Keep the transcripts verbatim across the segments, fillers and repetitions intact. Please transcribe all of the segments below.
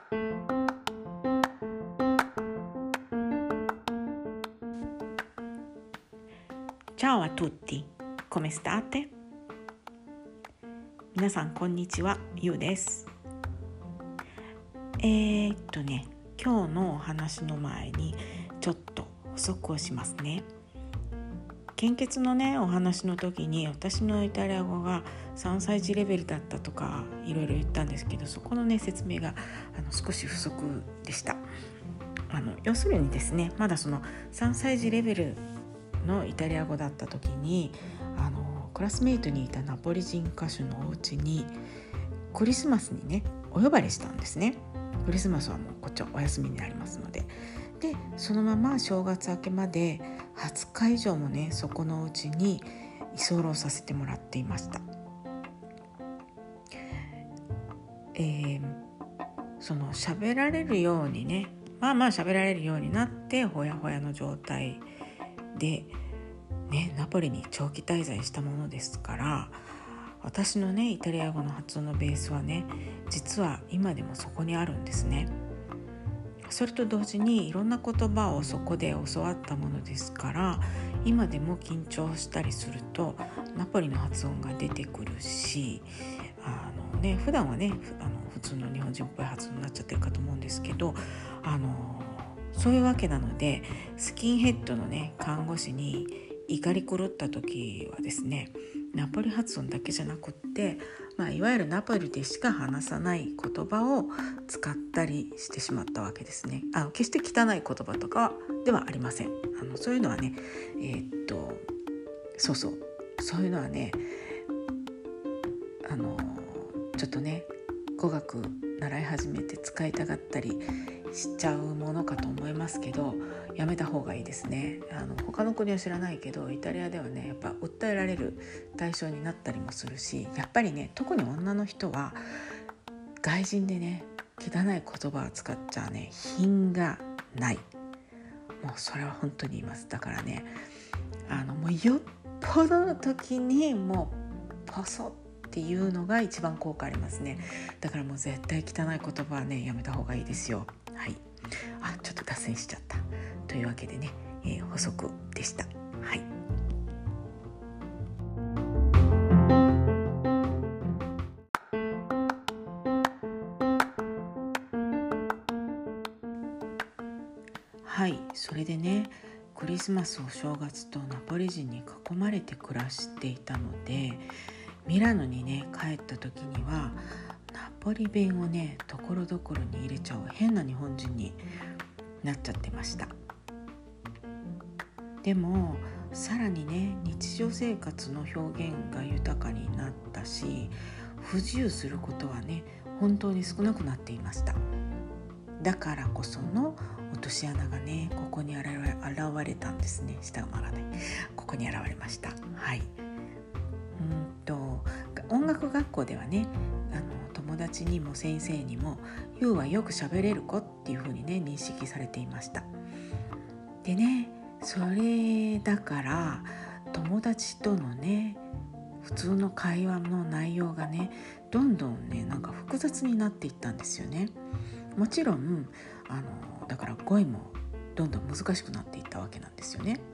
Ciao a tutti, come state? 皆さんこんにちは、ゆうです。えー、っとね、今日のお話の前にちょっと補足をしますね。献血のねお話の時に私のイタリア語がさんさい児レベルだったとかいろいろ言ったんですけど、そこのね説明があの少し不足でした。あの要するにですね、まだそのさんさい児レベルのイタリア語だった時にあのクラスメイトにいたナポリ人歌手のお家にクリスマスにねお呼ばれしたんですね。クリスマスはもうこっちはお休みになりますので、でそのまま正月明けまではつか以上もねそこのお家に居候させてもらっていました。えー、その喋られるようにねまあまあ喋られるようになってほやほやの状態でね、ナポリに長期滞在したものですから、私のねイタリア語の発音のベースはね実は今でもそこにあるんですね。それと同時にいろんな言葉をそこで教わったものですから、今でも緊張したりするとナポリの発音が出てくるし、あのね普段はねあの普通の日本人っぽい発音になっちゃってるかと思うんですけど、あのそういうわけなので、スキンヘッドのね看護師に怒り狂った時はですね、ナポリ発音だけじゃなくって、まあ、いわゆるナポリでしか話さない言葉を使ったりしてしまったわけですね。あの決して汚い言葉とかではありません。あのそういうのはねえー、っとそうそうそういうのはねあのちょっとね語学習い始めて使いたがったりしちゃうものかと思いますけど、やめた方がいいですね。あの他の国は知らないけどイタリアではねやっぱ訴えられる対象になったりもするし、やっぱりね特に女の人は外人でね汚い言葉を使っちゃね品がない。もうそれは本当に言います。だからねあのもうよっぽどの時にもうポソッっていうのが一番効果ありますね。だからもう絶対汚い言葉はねやめた方がいいですよ。はい。あ、ちょっと脱線しちゃったというわけでね、えー、補足でした。はい。はい、それでねクリスマスお正月とナポリ人に囲まれて暮らしていたので、ミラノにね帰った時にはナポリ弁をねところどころに入れちゃう変な日本人になっちゃってました。でもさらにね日常生活の表現が豊かになったし、不自由することはね本当に少なくなっていました。だからこその落とし穴がねここに現れ、現れたんですね。下が回らない、ここに現れました。はい。うんと音楽学校ではねあの友達にも先生にもユウはよく喋れる子っていう風にね認識されていました。でねそれだから友達とのね普通の会話の内容がねどんどんねなんか複雑になっていったんですよね。もちろんあのだから語彙もどんどん難しくなっていったわけなんですよね。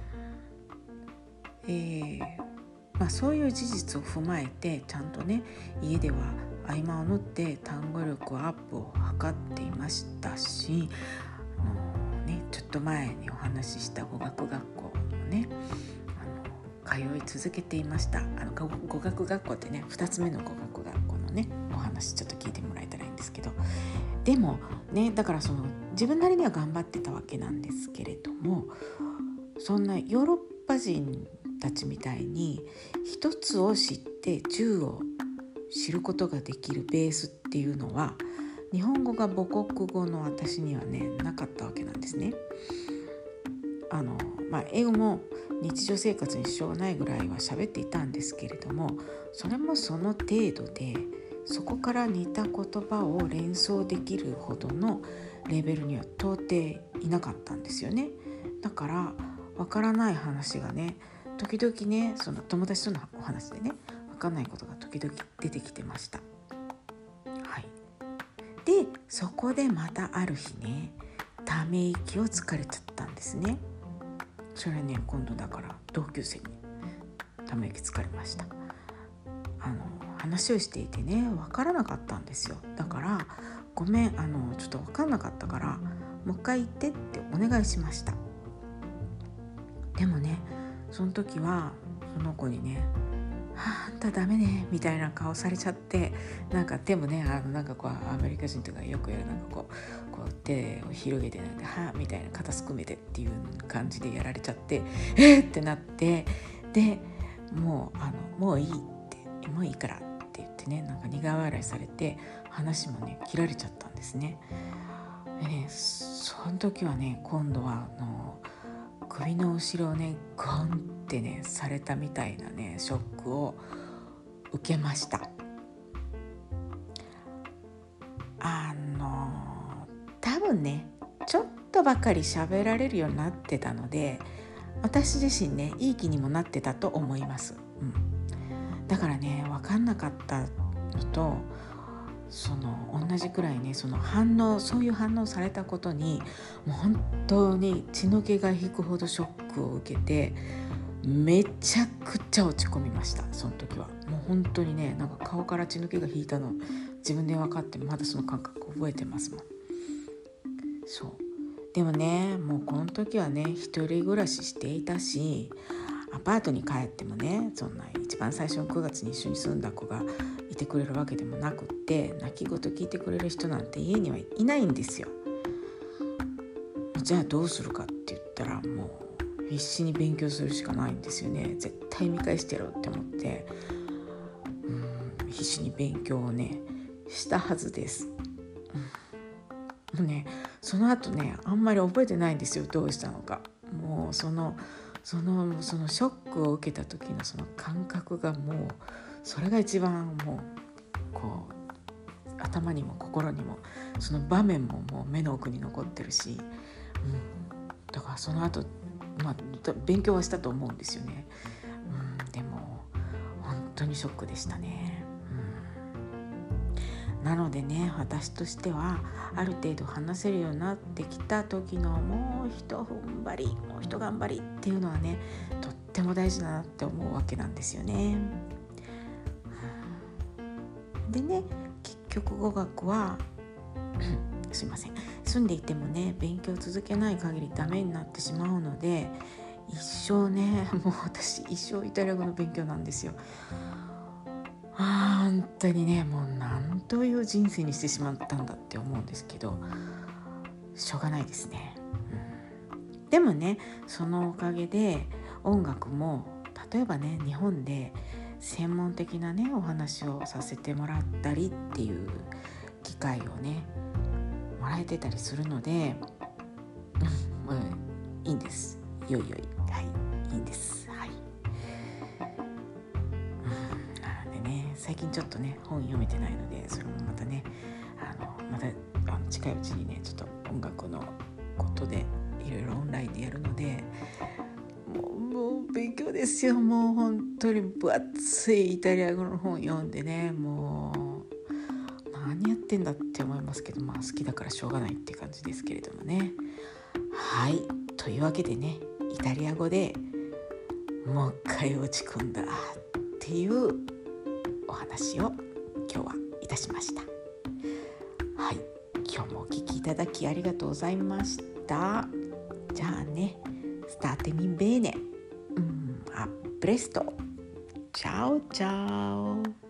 えーまあ、そういう事実を踏まえてちゃんとね家では合間を縫って単語力アップを図っていましたし、あの、ね、ちょっと前にお話しした語学学校もねあの通い続けていました。あの語学学校ってねふたつめの語学学校のねお話ちょっと聞いてもらえたらいいんですけど、でもねだからその自分なりには頑張ってたわけなんですけれども、そんなヨーロッパ人たちみたいに一つを知って十を知ることができるベースっていうのは日本語が母国語の私にはねなかったわけなんですね。あの、まあ、英語も日常生活に支障がないぐらいは喋っていたんですけれども、それもその程度でそこから似た言葉を連想できるほどのレベルには到底いなかったんですよね。だからわからない話がね時々ねその友達とのお話でねわかんないことが時々出てきてました。はい。でそこでまたある日ね、ため息をつかれちゃったんですね。それね、今度だから同級生にため息つかれました。あの話をしていてね、分からなかったんですよ。だからごめん、あのちょっと分からなかったからもう一回言ってってお願いしました。でもね、その時はその子にね、はあ、あんたダメねみたいな顔されちゃって、なんかでもね、あのなんかこうアメリカ人とかよくやる、なんかこうこう手を広げて、なんかはあみたいな、肩すくめてっていう感じでやられちゃって、えーってなって、でもうあのもういいってもういいからって言ってね、なんか苦笑いされて話もね切られちゃったんですね。でね、その時はね、今度はあの首の後ろをねゴンってねされたみたいなねショックを受けました。あの多分ね、ちょっとばかり喋られるようになってたので、私自身ねいい気にもなってたと思います、うん、だからね、分かんなかったのと、その同じくらいね、その反応そういう反応されたことにもう本当に血の気が引くほどショックを受けて、めちゃくちゃ落ち込みました。その時はもう本当にね、なんか顔から血の気が引いたの自分で分かって、まだその感覚覚えてますもん。そうでもね、もうこの時はね一人暮らししていたし、アパートに帰ってもね、そんな一番最初のくがつに一緒に住んだ子がいてくれるわけでもなくって、泣き言聞いてくれる人なんて家にはいないんですよ。じゃあどうするかって言ったら、もう必死に勉強するしかないんですよね。絶対見返してやろうって思って、うん必死に勉強をねしたはずです、うん、もうねその後ねあんまり覚えてないんですよ、どうしたのか。もうそのそのそのショックを受けた時のその感覚が、もうそれが一番もうこう頭にも心にも、その場面ももう目の奥に残ってるし、うん、だからその後、まあ、勉強はしたと思うんですよね、うん、でも本当にショックでしたね、うん、なのでね、私としてはある程度話せるようになってきた時のもう一踏ん張りもう一頑張りっていうのはね、とっても大事だなって思うわけなんですよね。でね、結局語学はすいません、住んでいてもね勉強を続けない限りダメになってしまうので、一生ね、もう私一生イタリア語の勉強なんですよ。あー本当にね、もうなんという人生にしてしまったんだって思うんですけど、しょうがないですね、うん、でもね、そのおかげで音楽も、例えばね日本で専門的なねお話をさせてもらったりっていう機会をねもらえてたりするので、うん、いいんです。よいよい、はい、いいんです。はい。うん、なのでね、最近ちょっとね本読めてないので、それもまたね、あのまたあの近いうちにね、ちょっと音楽のことでいろいろオンラインでやるので、もう、もう勉強ですよ。もう本当に分厚いイタリア語の本読んでね、もう何やってんだって思いますけど、まあ好きだからしょうがないって感じですけれどもね。はい、というわけでね、イタリア語でもう一回落ち込んだっていうお話を今日はいたしました。はい、今日もお聞きいただきありがとうございました。じゃあね、statemi bene, mm, a presto, ciao ciao.